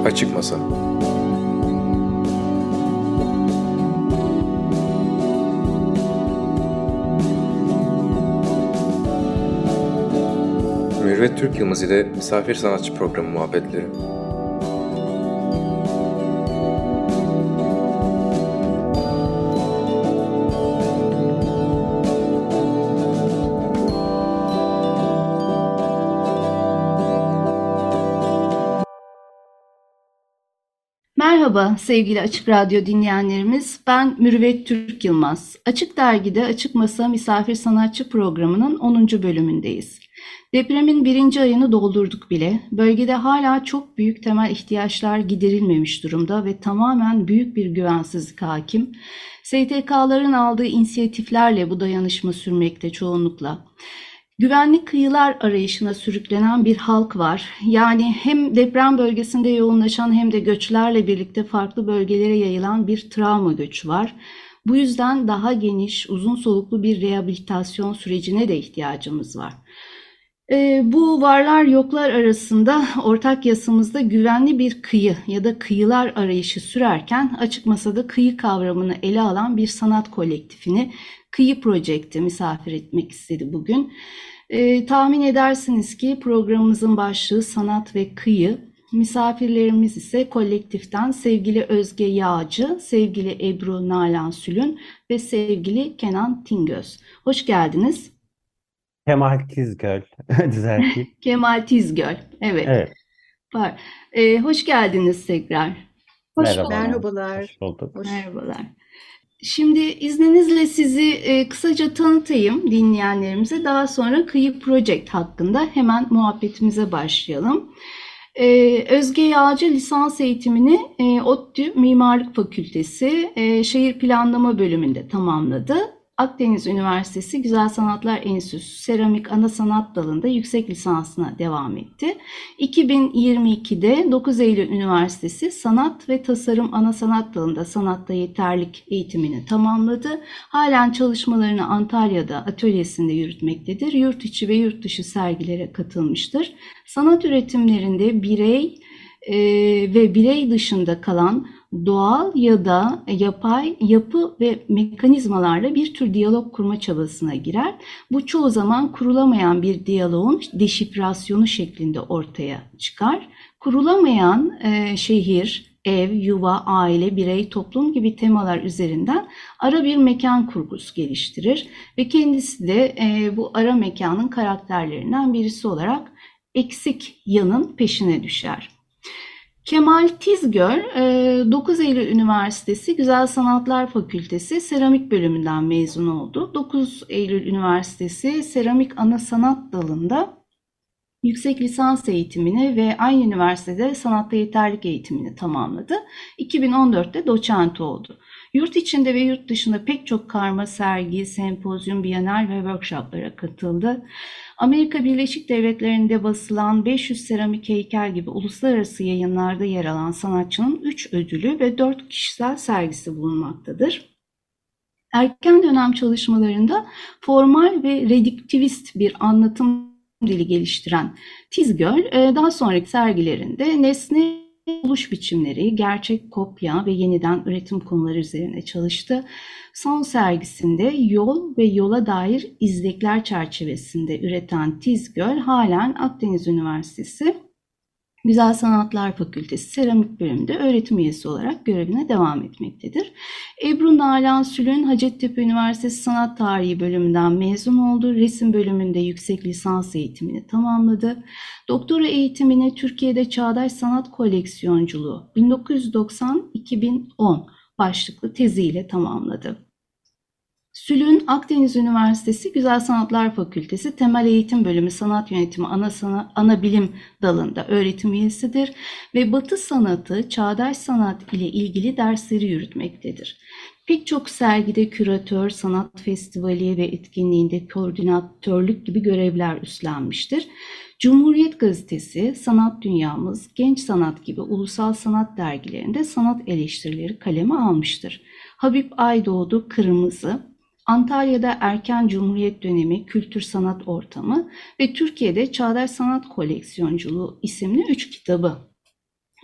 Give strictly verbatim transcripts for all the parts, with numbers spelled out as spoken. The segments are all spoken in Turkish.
Açık Masa. Mürüvvet Türk Yılmaz ile Misafir Sanatçı Programı muhabbetleri. Merhaba sevgili Açık Radyo dinleyenlerimiz, ben Mürüvvet Türk Yılmaz. Açık Dergi'de Açık Masa Misafir Sanatçı Programı'nın onuncu bölümündeyiz. Depremin birinci ayını doldurduk bile. Bölgede hala çok büyük temel ihtiyaçlar giderilmemiş durumda ve tamamen büyük bir güvensizlik hakim. S T K'ların aldığı inisiyatiflerle bu dayanışma sürmekte çoğunlukla. Güvenli kıyılar arayışına sürüklenen bir halk var. Yani hem deprem bölgesinde yoğunlaşan hem de göçlerle birlikte farklı bölgelere yayılan bir travma göçü var. Bu yüzden daha geniş, uzun soluklu bir rehabilitasyon sürecine de ihtiyacımız var. E, bu varlar yoklar arasında ortak yasamızda güvenli bir kıyı ya da kıyılar arayışı sürerken Açık Masa'da kıyı kavramını ele alan bir sanat kolektifini Kıyı Project'e misafir etmek istedi bugün. E, tahmin edersiniz ki programımızın başlığı sanat ve kıyı. Misafirlerimiz ise kolektiften sevgili Özge Yağcı, sevgili Ebru Nalan Sülün ve sevgili Kenan Tingöz. Hoş geldiniz. Kemal Tizgöl düzelteyim. Kemal Tizgöl, evet. Evet, Var. E, hoş geldiniz tekrar. Hoş merhabalar. merhabalar. Hoş bulduk. Hoş. Merhabalar. Şimdi izninizle sizi e, kısaca tanıtayım dinleyenlerimize. Daha sonra Kıyı Project hakkında hemen muhabbetimize başlayalım. E, Özge Yağcı lisans eğitimini e, ODTÜ Mimarlık Fakültesi e, Şehir Planlama bölümünde tamamladı. Akdeniz Üniversitesi Güzel Sanatlar Enstitüsü Seramik Ana Sanat Dalı'nda yüksek lisansına devam etti. iki bin yirmi ikide dokuz Eylül Üniversitesi Sanat ve Tasarım Ana Sanat Dalı'nda sanatta yeterlik eğitimini tamamladı. Halen çalışmalarını Antalya'da atölyesinde yürütmektedir. Yurt içi ve yurt dışı sergilere katılmıştır. Sanat üretimlerinde birey e, ve birey dışında kalan doğal ya da yapay yapı ve mekanizmalarla bir tür diyalog kurma çabasına girer. Bu çoğu zaman kurulamayan bir diyaloğun deşifrasyonu şeklinde ortaya çıkar. Kurulamayan e, şehir, ev, yuva, aile, birey, toplum gibi temalar üzerinden ara bir mekan kurgusu geliştirir ve kendisi de e, bu ara mekanın karakterlerinden birisi olarak eksik yanın peşine düşer. Kemal Tizgöl, dokuz Eylül Üniversitesi Güzel Sanatlar Fakültesi Seramik bölümünden mezun oldu. dokuz Eylül Üniversitesi Seramik Ana Sanat Dalı'nda yüksek lisans eğitimini ve aynı üniversitede sanatta yeterlik eğitimini tamamladı. iki bin on dörtte doçent oldu. Yurt içinde ve yurt dışında pek çok karma sergi, sempozyum, bienal ve workshoplara katıldı. Amerika Birleşik Devletleri'nde basılan beş yüz seramik heykel gibi uluslararası yayınlarda yer alan sanatçının üç ödülü ve dört kişisel sergisi bulunmaktadır. Erken dönem çalışmalarında formal ve redüktivist bir anlatım dili geliştiren Tizgöl, daha sonraki sergilerinde nesne oluş biçimleri, gerçek kopya ve yeniden üretim konuları üzerine çalıştı. Son sergisinde yol ve yola dair izlekler çerçevesinde üreten Tizgöl, halen Akdeniz Üniversitesi Güzel Sanatlar Fakültesi Seramik bölümünde öğretim üyesi olarak görevine devam etmektedir. Ebru Nalan Sülün, Hacettepe Üniversitesi Sanat Tarihi bölümünden mezun oldu. Resim bölümünde yüksek lisans eğitimini tamamladı. Doktora eğitimini Türkiye'de Çağdaş Sanat Koleksiyonculuğu bin dokuz yüz doksan - iki bin on başlıklı teziyle tamamladı. Sülün, Akdeniz Üniversitesi Güzel Sanatlar Fakültesi Temel Eğitim Bölümü Sanat Yönetimi Ana, Sana, Ana Bilim Dalı'nda öğretim üyesidir ve Batı sanatı, çağdaş sanat ile ilgili dersleri yürütmektedir. Pek çok sergide küratör, sanat festivali ve etkinliğinde koordinatörlük gibi görevler üstlenmiştir. Cumhuriyet Gazetesi, Sanat Dünyamız, Genç Sanat gibi ulusal sanat dergilerinde sanat eleştirileri kaleme almıştır. Habib Aydoğdu Kırmızı, Antalya'da Erken Cumhuriyet Dönemi Kültür Sanat Ortamı ve Türkiye'de Çağdaş Sanat Koleksiyonculuğu isimli üç kitabı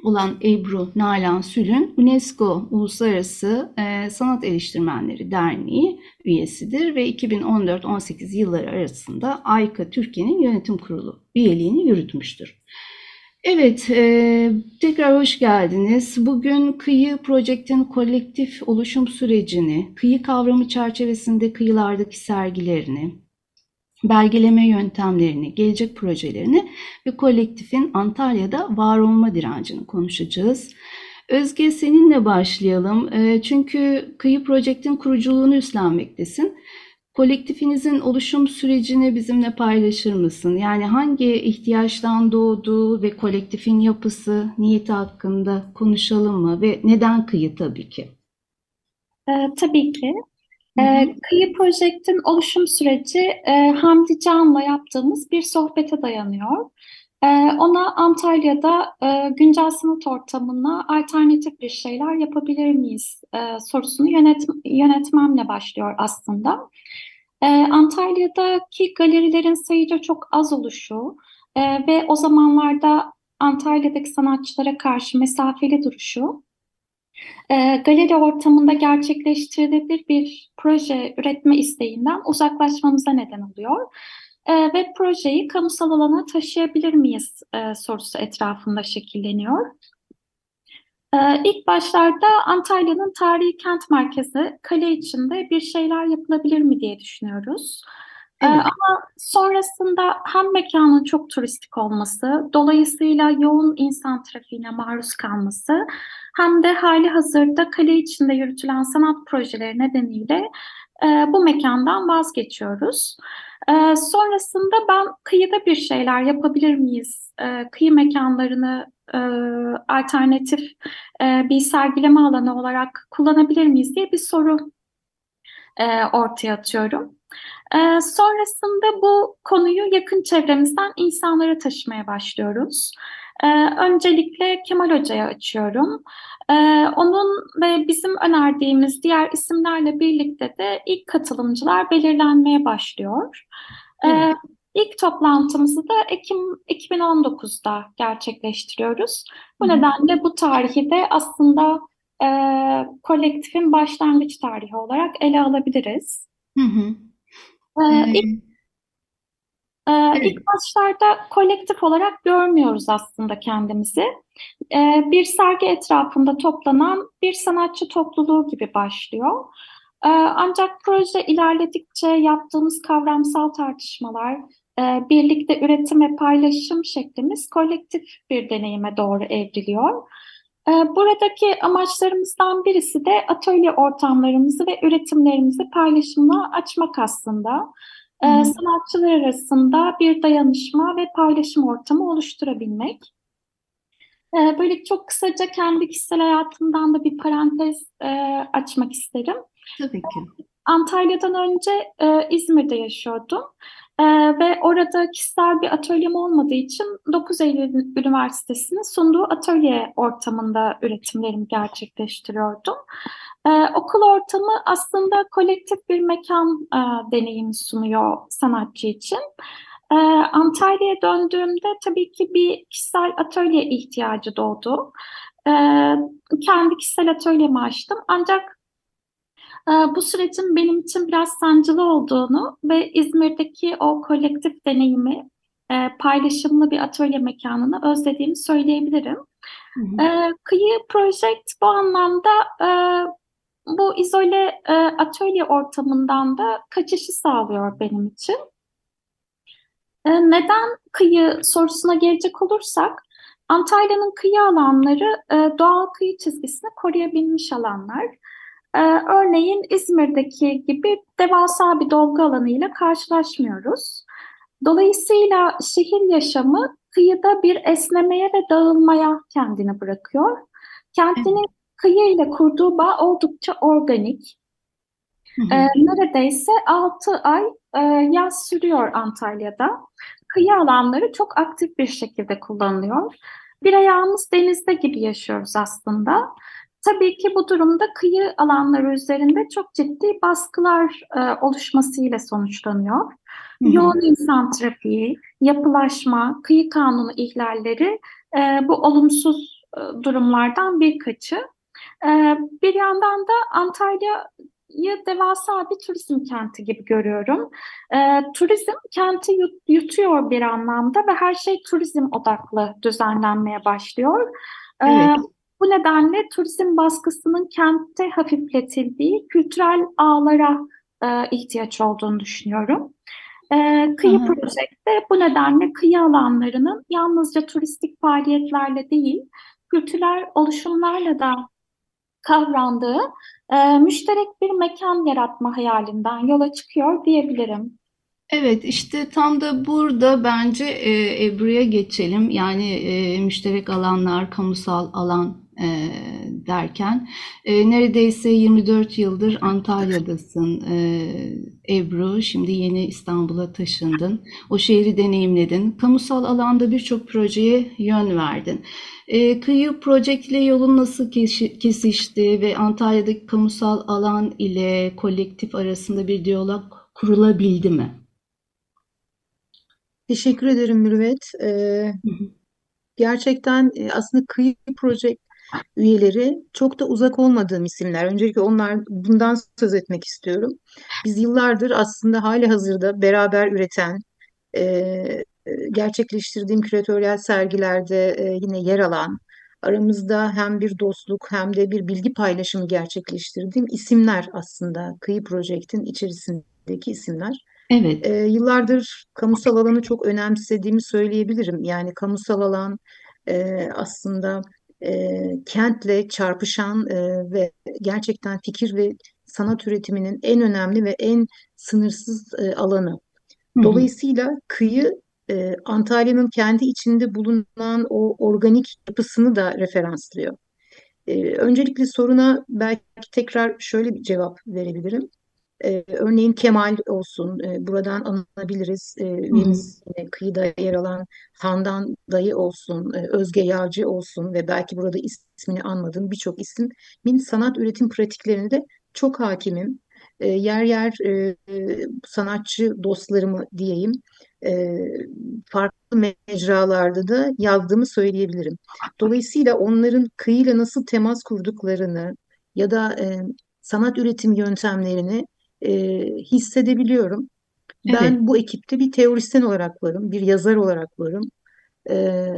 olan Ebru Nalan Sülün, UNESCO Uluslararası e, Sanat Eleştirmenleri Derneği üyesidir ve iki bin on dört on sekiz yılları arasında AYKA Türkiye'nin yönetim kurulu üyeliğini yürütmüştür. Evet, e, tekrar hoş geldiniz. Bugün Kıyı Project'in kolektif oluşum sürecini, kıyı kavramı çerçevesinde kıyılardaki sergilerini, belgeleme yöntemlerini, gelecek projelerini ve kolektifin Antalya'da var olma direncini konuşacağız. Özge, seninle başlayalım. E, çünkü Kıyı Project'in kuruculuğunu üstlenmektesin. Kolektifinizin oluşum sürecini bizimle paylaşır mısın? Yani hangi ihtiyaçtan doğduğu ve kolektifin yapısı, niyeti hakkında konuşalım mı? Ve neden kıyı tabii ki? Ee, tabii ki. Hı hı. Ee, Kıyı Project'in oluşum süreci e, Hamdi Can'la yaptığımız bir sohbete dayanıyor. Ee, ona Antalya'da e, güncel sanat ortamına alternatif bir şeyler yapabilir miyiz e, sorusunu yönet yönetmemle başlıyor aslında. Ee, Antalya'daki galerilerin sayıca çok az oluşu e, ve o zamanlarda Antalya'daki sanatçılara karşı mesafeli duruşu, e, galeri ortamında gerçekleştirilebilir bir proje üretme isteğinden uzaklaşmamıza neden oluyor. E, ve projeyi kamusal alana taşıyabilir miyiz e, sorusu etrafında şekilleniyor. E, ilk başlarda Antalya'nın tarihi kent merkezi kale içinde bir şeyler yapılabilir mi diye düşünüyoruz. E, Evet. ama sonrasında hem mekanın çok turistik olması, dolayısıyla yoğun insan trafiğine maruz kalması, hem de hali hazırda kale içinde yürütülen sanat projeleri nedeniyle e, bu mekandan vazgeçiyoruz. E, sonrasında ben kıyıda bir şeyler yapabilir miyiz? E, kıyı mekanlarını e, alternatif e, bir sergileme alanı olarak kullanabilir miyiz diye bir soru e, ortaya atıyorum. E, sonrasında bu konuyu yakın çevremizden insanlara taşımaya başlıyoruz. E, öncelikle Kemal Hoca'ya açıyorum. E, onun ve bizim önerdiğimiz diğer isimlerle birlikte de ilk katılımcılar belirlenmeye başlıyor. E, Evet. İlk toplantımızı da Ekim iki bin on dokuzda gerçekleştiriyoruz. Bu Hı hı. nedenle bu tarihi de aslında e, kolektifin başlangıç tarihi olarak ele alabiliriz. Hı hı. E, ilk, Ee, e, ilk evet. başlarda kolektif olarak görmüyoruz aslında kendimizi. E, bir sergi etrafında toplanan bir sanatçı topluluğu gibi başlıyor. E, ancak proje ilerledikçe yaptığımız kavramsal tartışmalar, e, birlikte üretim ve paylaşım şeklimiz kolektif bir deneyime doğru evriliyor. E, buradaki amaçlarımızdan birisi de atölye ortamlarımızı ve üretimlerimizi paylaşımla açmak aslında. Hı E, hı. sanatçılar arasında bir dayanışma ve paylaşım ortamı oluşturabilmek. Ee, Böyle çok kısaca kendi kişisel hayatımdan da bir parantez e, açmak isterim. Tabii ki. Antalya'dan önce e, İzmir'de yaşıyordum. E, ve orada kişisel bir atölyem olmadığı için dokuz Eylül Üniversitesi'nin sunduğu atölye ortamında üretimlerimi gerçekleştiriyordum. E, okul ortamı aslında kolektif bir mekan e, deneyimi sunuyor sanatçı için. E, Antalya'ya döndüğümde tabii ki bir kişisel atölye ihtiyacı doğdu. E, Kendi kişisel atölyemi açtım. Ancak ee, bu sürecin benim için biraz sancılı olduğunu ve İzmir'deki o kolektif deneyimi, e, paylaşımlı bir atölye mekanını özlediğimi söyleyebilirim. Hı hı. Ee, Kıyı Project bu anlamda e, bu izole e, atölye ortamından da kaçışı sağlıyor benim için. E, Neden kıyı sorusuna gelecek olursak, Antalya'nın kıyı alanları e, doğal kıyı çizgisini koruyabilmiş alanlar. E, örneğin İzmir'deki gibi devasa bir dolgu alanıyla karşılaşmıyoruz. Dolayısıyla şehir yaşamı kıyıda bir esnemeye ve dağılmaya kendini bırakıyor. Evet. Kentinin kıyı ile kurduğu bağ oldukça organik. Hı Ee, hı. neredeyse altı ay e, yaz sürüyor Antalya'da. Kıyı alanları çok aktif bir şekilde kullanılıyor. Bir ayağımız denizde gibi yaşıyoruz aslında. Tabii ki bu durumda kıyı alanları üzerinde çok ciddi baskılar e, oluşmasıyla sonuçlanıyor. Hı hı. Yoğun insan trafiği, yapılaşma, kıyı kanunu ihlalleri e, bu olumsuz e, durumlardan birkaçı. E, Bir yandan da Antalya'yı devasa bir turizm kenti gibi görüyorum. E, turizm kenti yut- yutuyor bir anlamda ve her şey turizm odaklı düzenlenmeye başlıyor. E, Evet. Bu nedenle turizm baskısının kentte hafifletildiği kültürel ağlara e, ihtiyaç olduğunu düşünüyorum. E, Hı Kıyı hı. Project de bu nedenle kıyı alanlarının yalnızca turistik faaliyetlerle değil, kültürel oluşumlarla da kavrandığı e, müşterek bir mekan yaratma hayalinden yola çıkıyor diyebilirim. Evet, işte tam da burada bence e, Ebru'ya geçelim. Yani e, müşterek alanlar, kamusal alan e, derken e, neredeyse yirmi dört yıldır Antalya'dasın e, Ebru. Şimdi yeni İstanbul'a taşındın. O şehri deneyimledin. Kamusal alanda birçok projeye yön verdin. E, Kıyı Project ile yolun nasıl keşi- kesişti ve Antalya'daki kamusal alan ile kolektif arasında bir diyalog kurulabildi mi? Teşekkür ederim Mürüvvet. Ee, Hı hı. gerçekten e, aslında Kıyı Project üyeleri çok da uzak olmadığım isimler. Öncelikle onlar bundan söz etmek istiyorum. Biz yıllardır aslında hali hazırda beraber üreten, e, e, gerçekleştirdiğim küratöryel sergilerde e, yine yer alan, aramızda hem bir dostluk hem de bir bilgi paylaşımı gerçekleştirdiğim isimler aslında Kıyı Project'in içerisindeki isimler. Evet. E, yıllardır kamusal alanı çok önemsediğimi söyleyebilirim. Yani kamusal alan e, aslında e, kentle çarpışan e, ve gerçekten fikir ve sanat üretiminin en önemli ve en sınırsız e, alanı. Hı hı. Dolayısıyla kıyı e, Antalya'nın kendi içinde bulunan o organik yapısını da referanslıyor. E, öncelikle soruna belki tekrar şöyle bir cevap verebilirim. Ee, örneğin Kemal olsun, e, buradan anılabiliriz. E, Hı hı. üyemiz yine kıyıda yer alan Handan Dayı olsun, e, Özge Yağcı olsun ve belki burada ismini anmadığım birçok ismin sanat üretim pratiklerine de çok hakimim. E, yer yer e, e, sanatçı dostlarımı diyeyim, e, farklı mecralarda da yazdığımı söyleyebilirim. Dolayısıyla onların kıyıyla nasıl temas kurduklarını ya da e, sanat üretim yöntemlerini e, hissedebiliyorum. Evet. Ben bu ekipte bir teorisyen olarak varım, bir yazar olarak varım. E,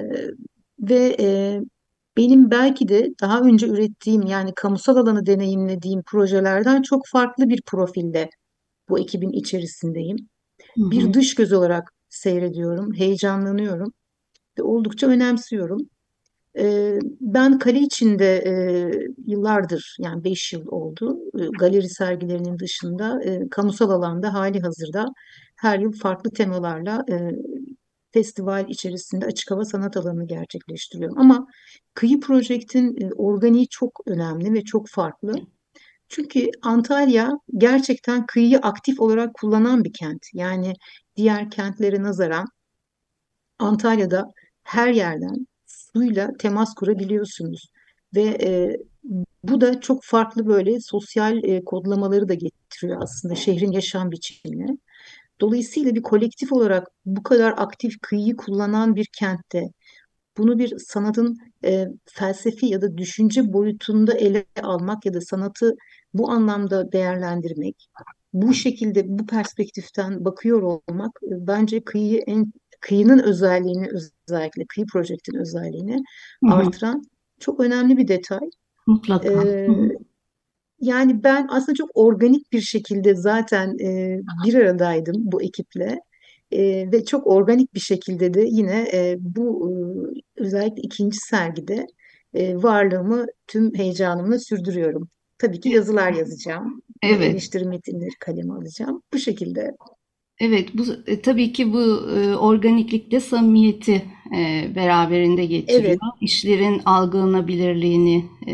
ve e, benim belki de daha önce ürettiğim yani kamusal alanı deneyimlediğim projelerden çok farklı bir profilde bu ekibin içerisindeyim. Hı Bir hı. dış göz olarak seyrediyorum, heyecanlanıyorum ve oldukça önemsiyorum. Ee, Ben kale içinde e, yıllardır yani beş yıl oldu. E, galeri sergilerinin dışında e, kamusal alanda hali hazırda her yıl farklı temalarla e, festival içerisinde açık hava sanat alanını gerçekleştiriyorum. Ama Kıyı Project'in e, organiği çok önemli ve çok farklı. Çünkü Antalya gerçekten kıyıyı aktif olarak kullanan bir kent. Yani diğer kentlere nazaran Antalya'da her yerden suyla temas kurabiliyorsunuz ve e, bu da çok farklı böyle sosyal e, kodlamaları da getiriyor aslında şehrin yaşam biçimine. Dolayısıyla bir kolektif olarak bu kadar aktif kıyıyı kullanan bir kentte bunu bir sanatın e, felsefi ya da düşünce boyutunda ele almak ya da sanatı bu anlamda değerlendirmek, bu şekilde bu perspektiften bakıyor olmak e, bence kıyıyı en kıyının özelliğini özellikle kıyı projektin özelliğini Hı hı. artıran çok önemli bir detay. Mutlaka. Hı E, hı. Yani ben aslında çok organik bir şekilde zaten e, bir aradaydım bu ekiple. E, ve çok organik bir şekilde de yine e, bu e, özellikle ikinci sergide e, varlığımı tüm heyecanımla sürdürüyorum. Tabii ki yazılar yazacağım ve Evet. eleştiri metinleri kaleme alacağım. Bu şekilde. Evet. Bu e, tabii ki bu e, organiklikte samimiyeti e, beraberinde getiriyor. Evet, İşlerin algılanabilirliğini, e,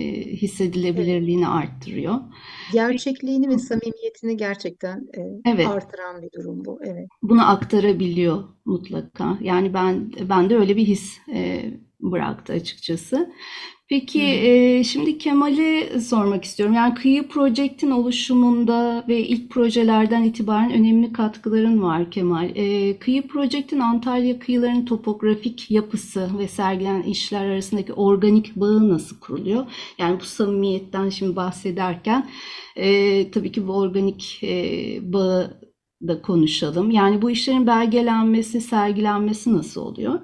evet. hissedilebilirliğini arttırıyor. Gerçekliğini ve samimiyetini gerçekten e, Evet. artıran bir durum bu. Evet. Bunu aktarabiliyor mutlaka. Yani ben ben de öyle bir his e, bıraktı açıkçası. Peki Hı hı. e, şimdi Kemal'e sormak istiyorum. Yani Kıyı Project'in oluşumunda ve ilk projelerden itibaren önemli katkıların var Kemal. E, Kıyı Project'in Antalya kıyılarının topografik yapısı ve sergilenen işler arasındaki organik bağı nasıl kuruluyor? Yani bu samimiyetten şimdi bahsederken e, tabii ki bu organik e, bağı da konuşalım. Yani bu işlerin belgelenmesi, sergilenmesi nasıl oluyor?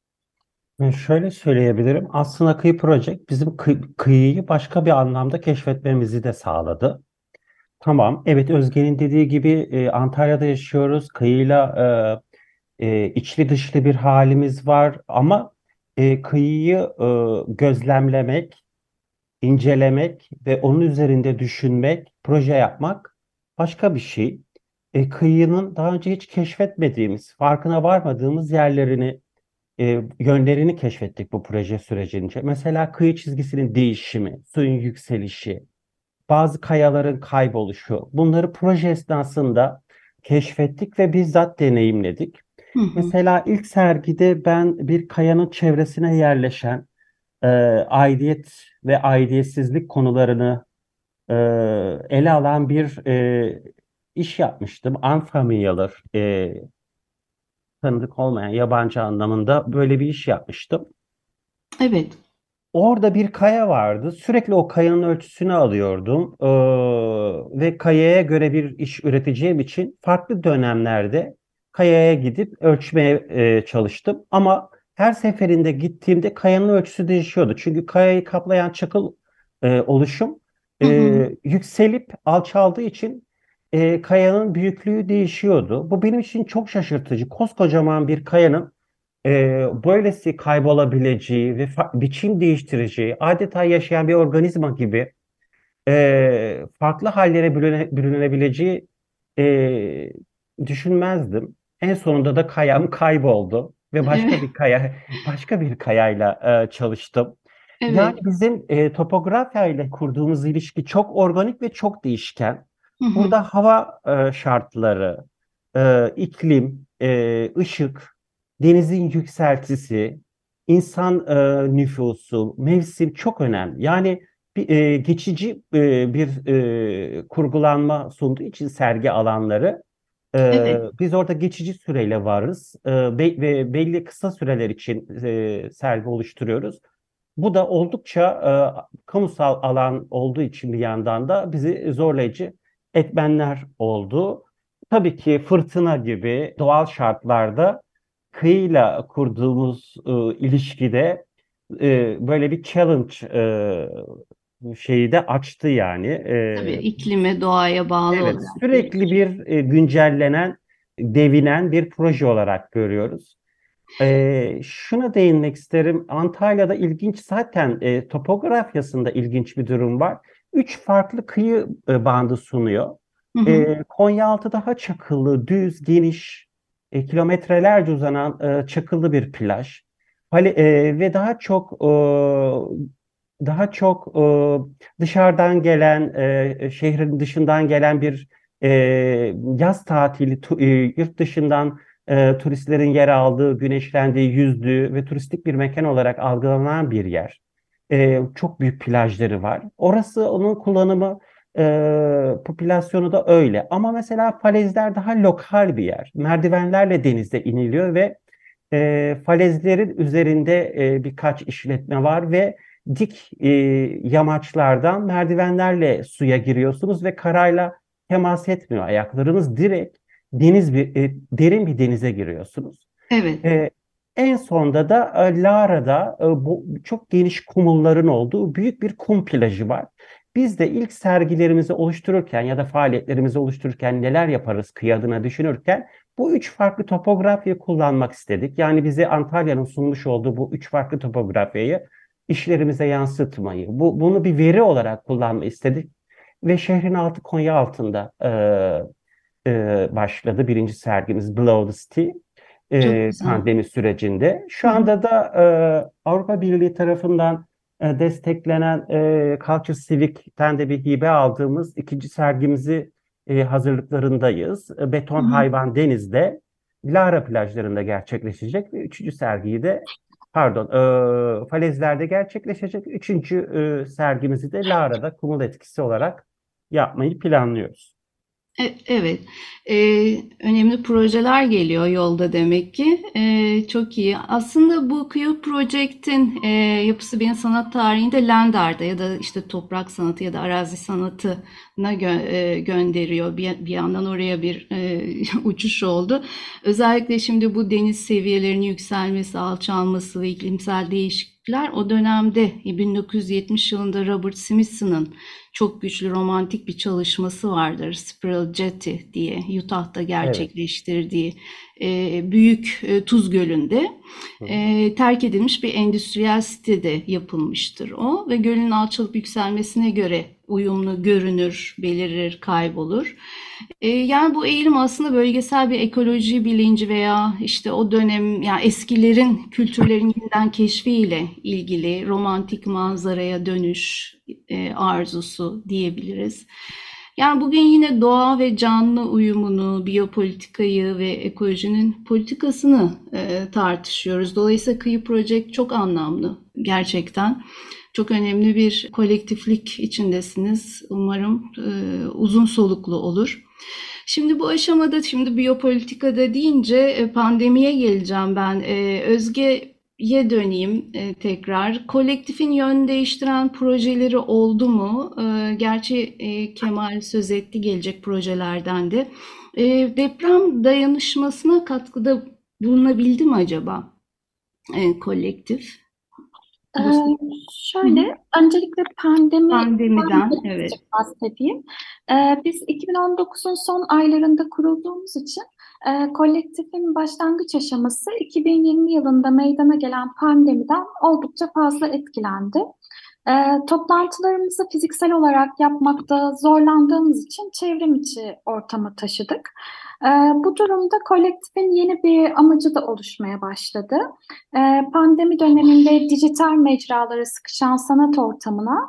E, Şöyle söyleyebilirim. Aslında Kıyı Project bizim kı- kıyıyı başka bir anlamda keşfetmemizi de sağladı. Tamam, evet Özge'nin dediği gibi e, Antalya'da yaşıyoruz. Kıyıyla e, e, içli dışlı bir halimiz var ama e, kıyıyı e, gözlemlemek, incelemek ve onun üzerinde düşünmek, proje yapmak başka bir şey. E, kıyının daha önce hiç keşfetmediğimiz, farkına varmadığımız yerlerini, e, yönlerini keşfettik bu proje sürecince. Mesela kıyı çizgisinin değişimi, suyun yükselişi, bazı kayaların kayboluşu. Bunları proje esnasında keşfettik ve bizzat deneyimledik. Hı hı. Mesela ilk sergide ben bir kayanın çevresine yerleşen e, aidiyet ve aidiyetsizlik konularını e, ele alan bir e, iş yapmıştım. Unfamiliar, e, tanıdık olmayan, yabancı anlamında böyle bir iş yapmıştım. Evet. Orada bir kaya vardı. Sürekli o kayanın ölçüsünü alıyordum. Ee, ve kayaya göre bir iş üreteceğim için farklı dönemlerde kayaya gidip ölçmeye e, çalıştım. Ama her seferinde gittiğimde kayanın ölçüsü değişiyordu. Çünkü kayayı kaplayan çakıl e, oluşum Hı hı. e, yükselip alçaldığı için e, kayanın büyüklüğü değişiyordu. Bu benim için çok şaşırtıcı. Koskocaman bir kayanın e, böylesi kaybolabileceği ve fa- biçim değiştireceği, adeta yaşayan bir organizma gibi e, farklı hallere bürüne, bürünebileceği e, düşünmezdim. En sonunda da kayam kayboldu ve Evet. başka bir kaya, başka bir kayayla e, çalıştım. Yani Evet. bizim e, topografya ile kurduğumuz ilişki çok organik ve çok değişken. Hı hı. Burada hava e, şartları, e, iklim, e, ışık, denizin yükseltisi, insan e, nüfusu, mevsim çok önemli. Yani bir, e, geçici e, bir e, kurgulanma sunduğu için sergi alanları e, Evet. biz orada geçici süreyle varız e, be- ve belli kısa süreler için e, sergi oluşturuyoruz. Bu da oldukça e, kamusal alan olduğu için bir yandan da bizi zorlayıcı etmenler oldu. Tabii ki fırtına gibi doğal şartlarda kıyıyla kurduğumuz e, ilişkide e, böyle bir challenge e, şeyi de açtı yani. Tabii E, iklime, doğaya bağlı evet, olarak sürekli değişiyor. bir e, güncellenen, devinen bir proje olarak görüyoruz. Ee, şuna değinmek isterim. Antalya'da ilginç zaten e, topografyasında ilginç bir durum var. Üç farklı kıyı e, bandı sunuyor. Hı hı. E, Konyaaltı daha çakıllı, düz, geniş, e, kilometrelerce uzanan e, çakıllı bir plaj. Hale- e, ve daha çok e, daha çok e, dışarıdan gelen, e, şehrin dışından gelen bir e, yaz tatili, tu- e, yurt dışından e, turistlerin yer aldığı, güneşlendiği, yüzdüğü ve turistik bir mekan olarak algılanan bir yer. E, çok büyük plajları var. Orası onun kullanımı, e, popülasyonu da öyle. Ama mesela falezler daha lokal bir yer. Merdivenlerle denize iniliyor ve e, falezlerin üzerinde e, birkaç işletme var ve dik e, yamaçlardan merdivenlerle suya giriyorsunuz ve karayla temas etmiyor ayaklarınız, direkt deniz bir e, derin bir denize giriyorsunuz. Evet. E, En sonda da e, Lara'da e, bu çok geniş kumulların olduğu büyük bir kum plajı var. Biz de ilk sergilerimizi oluştururken ya da faaliyetlerimizi oluştururken neler yaparız kıyı adına düşünürken bu üç farklı topografyayı kullanmak istedik. Yani bize Antalya'nın sunmuş olduğu bu üç farklı topografyayı işlerimize yansıtmayı, bu, bunu bir veri olarak kullanmayı istedik. Ve şehrin altı Konya altında e, e, başladı birinci sergimiz Below the Sea Çok e, güzel. pandemi sürecinde. Hı Şu hı. anda da e, Avrupa Birliği tarafından e, desteklenen e, Culture Civic'ten de bir hibe aldığımız ikinci sergimizi e, hazırlıklarındayız. E, Hı Beton hı. Hayvan Deniz'de Lara plajlarında gerçekleşecek ve üçüncü sergiyi de pardon, e, falezlerde gerçekleşecek. Üçüncü e, sergimizi de Lara'da kumul etkisi olarak yapmayı planlıyoruz. E- Evet, Ee, önemli projeler geliyor yolda demek ki. Ee, çok iyi. Aslında bu Q Project'in e, yapısı benim sanat tarihinde Landar'da ya da işte toprak sanatı ya da arazi sanatına gö- e, gönderiyor. Bir, bir yandan oraya bir e, uçuş oldu. Özellikle şimdi bu deniz seviyelerinin yükselmesi, alçalması ve iklimsel değişiklikler o dönemde bin dokuz yüz yetmiş yılında Robert Smithson'ın çok güçlü romantik bir çalışması vardır. Spiral Jetty diye Utah'ta Evet. gerçekleştirdiği e, büyük e, Tuz Gölü'nde Hı. e, terk edilmiş bir endüstriyel sitede yapılmıştır o ve gölün alçalıp yükselmesine göre uyumlu görünür, belirir, kaybolur. E, yani bu eğilim aslında bölgesel bir ekoloji bilinci veya işte o dönem yani eskilerin kültürlerin yeniden keşfiyle ilgili romantik manzaraya dönüş e, arzusu diyebiliriz. Yani bugün yine doğa ve canlı uyumunu, biyopolitikayı ve ekolojinin politikasını e, tartışıyoruz. Dolayısıyla Kıyı Project çok anlamlı gerçekten. Çok önemli bir kolektiflik içindesiniz. Umarım e, uzun soluklu olur. Şimdi bu aşamada şimdi biyopolitikada deyince e, pandemiye geleceğim ben. E, Özge'ye döneyim e, tekrar. Kolektifin yön değiştiren projeleri oldu mu? E, gerçi e, Kemal söz etti gelecek projelerden de. E, deprem dayanışmasına katkıda bulunabildi mi acaba e, kolektif? Ee, Bu Hı hı. Şöyle, öncelikle pandemiden Pandemiden, evet. birazcık bahsedeyim. Ee, biz iki bin on dokuzun son aylarında kurulduğumuz için e, kolektifin başlangıç aşaması iki bin yirmi yılında meydana gelen pandemiden oldukça fazla etkilendi. Ee, toplantılarımızı fiziksel olarak yapmakta zorlandığımız için çevrim içi ortama taşıdık. Ee, bu durumda kolektifin yeni bir amacı da oluşmaya başladı. Ee, pandemi döneminde dijital mecralara sıkışan sanat ortamına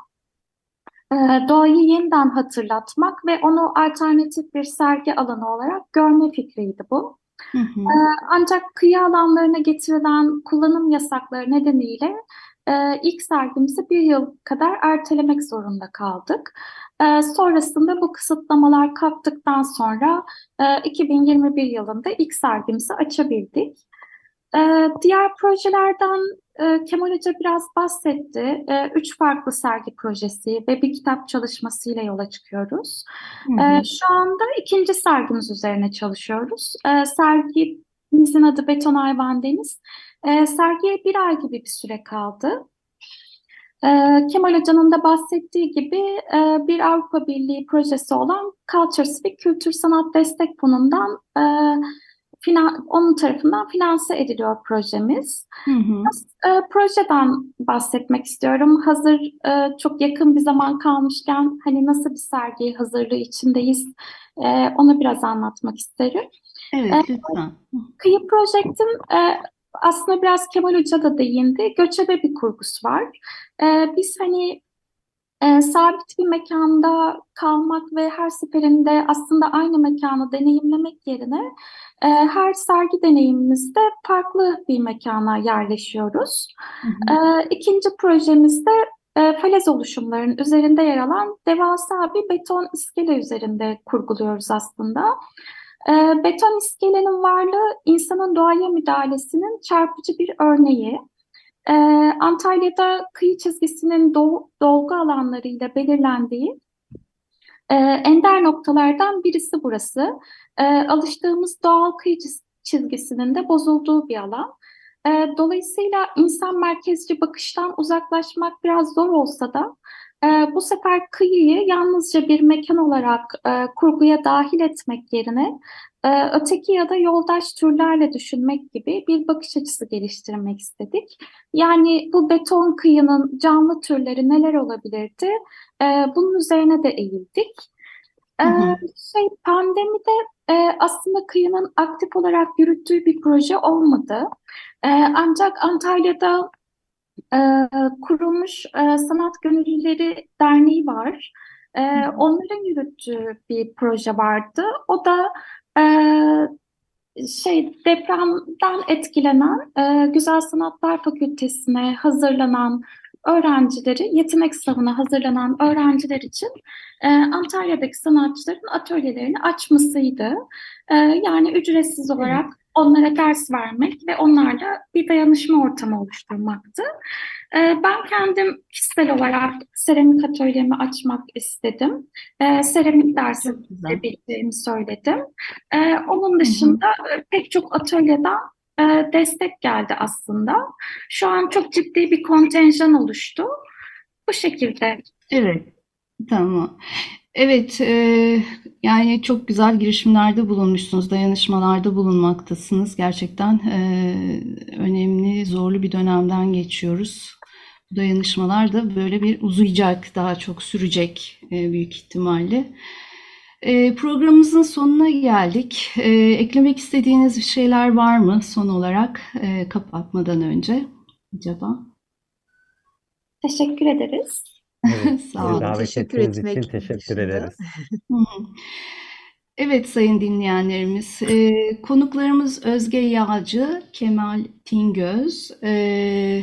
e, doğayı yeniden hatırlatmak ve onu alternatif bir sergi alanı olarak görme fikriydi bu. Hı hı. Ancak kıyı alanlarına getirilen kullanım yasakları nedeniyle e, ilk sergimizi bir yıl kadar ertelemek zorunda kaldık. E, sonrasında bu kısıtlamalar kalktıktan sonra e, iki bin yirmi bir yılında ilk sergimizi açabildik. E, diğer projelerden e, Kemal Hoca biraz bahsetti. E, üç farklı sergi projesi ve bir kitap çalışmasıyla yola çıkıyoruz. Hı E, hı. şu anda ikinci sergimiz üzerine çalışıyoruz. E, sergimizin adı Beton Hayvan Deniz. E, sergiye bir ay gibi bir süre kaldı. E, Kemal Hoca'nın da bahsettiği gibi e, bir Avrupa Birliği projesi olan Culturespeak Kültür Sanat Destek Fonu'ndan e, finan- onun tarafından finanse ediliyor projemiz. Hı hı. Biraz, e, projeden bahsetmek istiyorum. Hazır e, çok yakın bir zaman kalmışken hani nasıl bir sergi hazırlığı içindeyiz, e, onu biraz anlatmak isterim. E, Evet, lütfen. Kıyı Project'in e, aslında biraz Kemal Hoca da değindi. Göçebe bir kurgusu var. E, biz hani e, sabit bir mekanda kalmak ve her seferinde aslında aynı mekanı deneyimlemek yerine e, her sergi deneyimimizde farklı bir mekana yerleşiyoruz. Hı hı. E, ikinci projemizde e, falez oluşumlarının üzerinde yer alan devasa bir beton iskele üzerinde kurguluyoruz aslında. E, beton iskelenin varlığı insanın doğaya müdahalesinin çarpıcı bir örneği. Ee, Antalya'da kıyı çizgisinin do- dolgu alanlarıyla belirlendiği e, ender noktalardan birisi burası. E, alıştığımız doğal kıyı çiz- çizgisinin de bozulduğu bir alan. E, dolayısıyla insan merkezci bakıştan uzaklaşmak biraz zor olsa da e, bu sefer kıyıyı yalnızca bir mekan olarak e, kurguya dahil etmek yerine e, öteki ya da yoldaş türlerle düşünmek gibi bir bakış açısı geliştirmek istedik. Yani bu beton kıyının canlı türleri neler olabilirdi? E, bunun üzerine de eğildik. E, Hı hı. şey pandemide e, aslında kıyının aktif olarak yürüttüğü bir proje olmadı. E, ancak Antalya'da e, kurulmuş e, Sanat Gönüllüleri Derneği var. E, onların yürüttüğü bir proje vardı. O da e, şey depremden etkilenen e, Güzel Sanatlar Fakültesine hazırlanan öğrencileri, yetenek sınavına hazırlanan öğrenciler için e, Antalya'daki sanatçıların atölyelerini açmasıydı. E, yani ücretsiz olarak onlara ders vermek ve onlarla bir dayanışma ortamı oluşturmaktı. E, ben kendim kişisel olarak seramik atölyemi açmak istedim. E, seramik dersi verebileceğimi söyledim. E, onun dışında e, pek çok atölyeden e, destek geldi aslında. Şu an çok ciddi bir kontenjan oluştu. Bu şekilde. Evet, tamam. Evet, e, yani çok güzel girişimlerde bulunmuşsunuz, dayanışmalarda bulunmaktasınız. Gerçekten e, önemli, zorlu bir dönemden geçiyoruz. Bu dayanışmalar da böyle bir uzayacak, daha çok sürecek e, büyük ihtimalle. E, programımızın sonuna geldik. E, eklemek istediğiniz bir şeyler var mı son olarak e, kapatmadan önce acaba? Teşekkür ederiz. Evet, Sağ bizi olun. davet Teşekkür ettiğiniz etmek için teşekkür dışında. ederiz. Hı hı. Evet sayın dinleyenlerimiz, e, konuklarımız Özge Yağcı, Kemal Tingöz, e,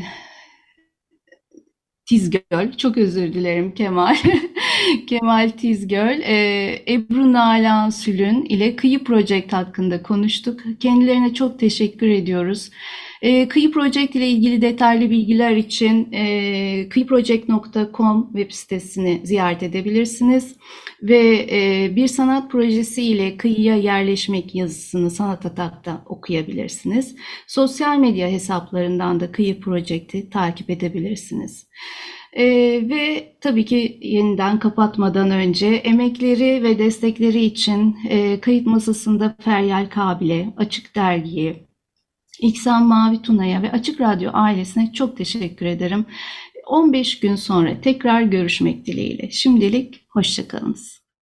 Tizgöl, çok özür dilerim Kemal, Kemal Tizgöl, e, Ebru Nalan Sülün ile Kıyı Project hakkında konuştuk. Kendilerine çok teşekkür ediyoruz. E, Kıyı Project ile ilgili detaylı bilgiler için e, kıyıproject nokta com web sitesini ziyaret edebilirsiniz. Ve e, bir sanat projesi ile kıyıya yerleşmek yazısını Sanat Atak'ta okuyabilirsiniz. Sosyal medya hesaplarından da Kıyı Project'i takip edebilirsiniz. E, ve tabii ki yeniden kapatmadan önce emekleri ve destekleri için e, kayıt masasında Feryal Kabil'e, Açık Dergi'ye, İhsan Mavi Tuna'ya ve Açık Radyo ailesine çok teşekkür ederim. on beş gün sonra tekrar görüşmek dileğiyle. Şimdilik hoşça kalınız.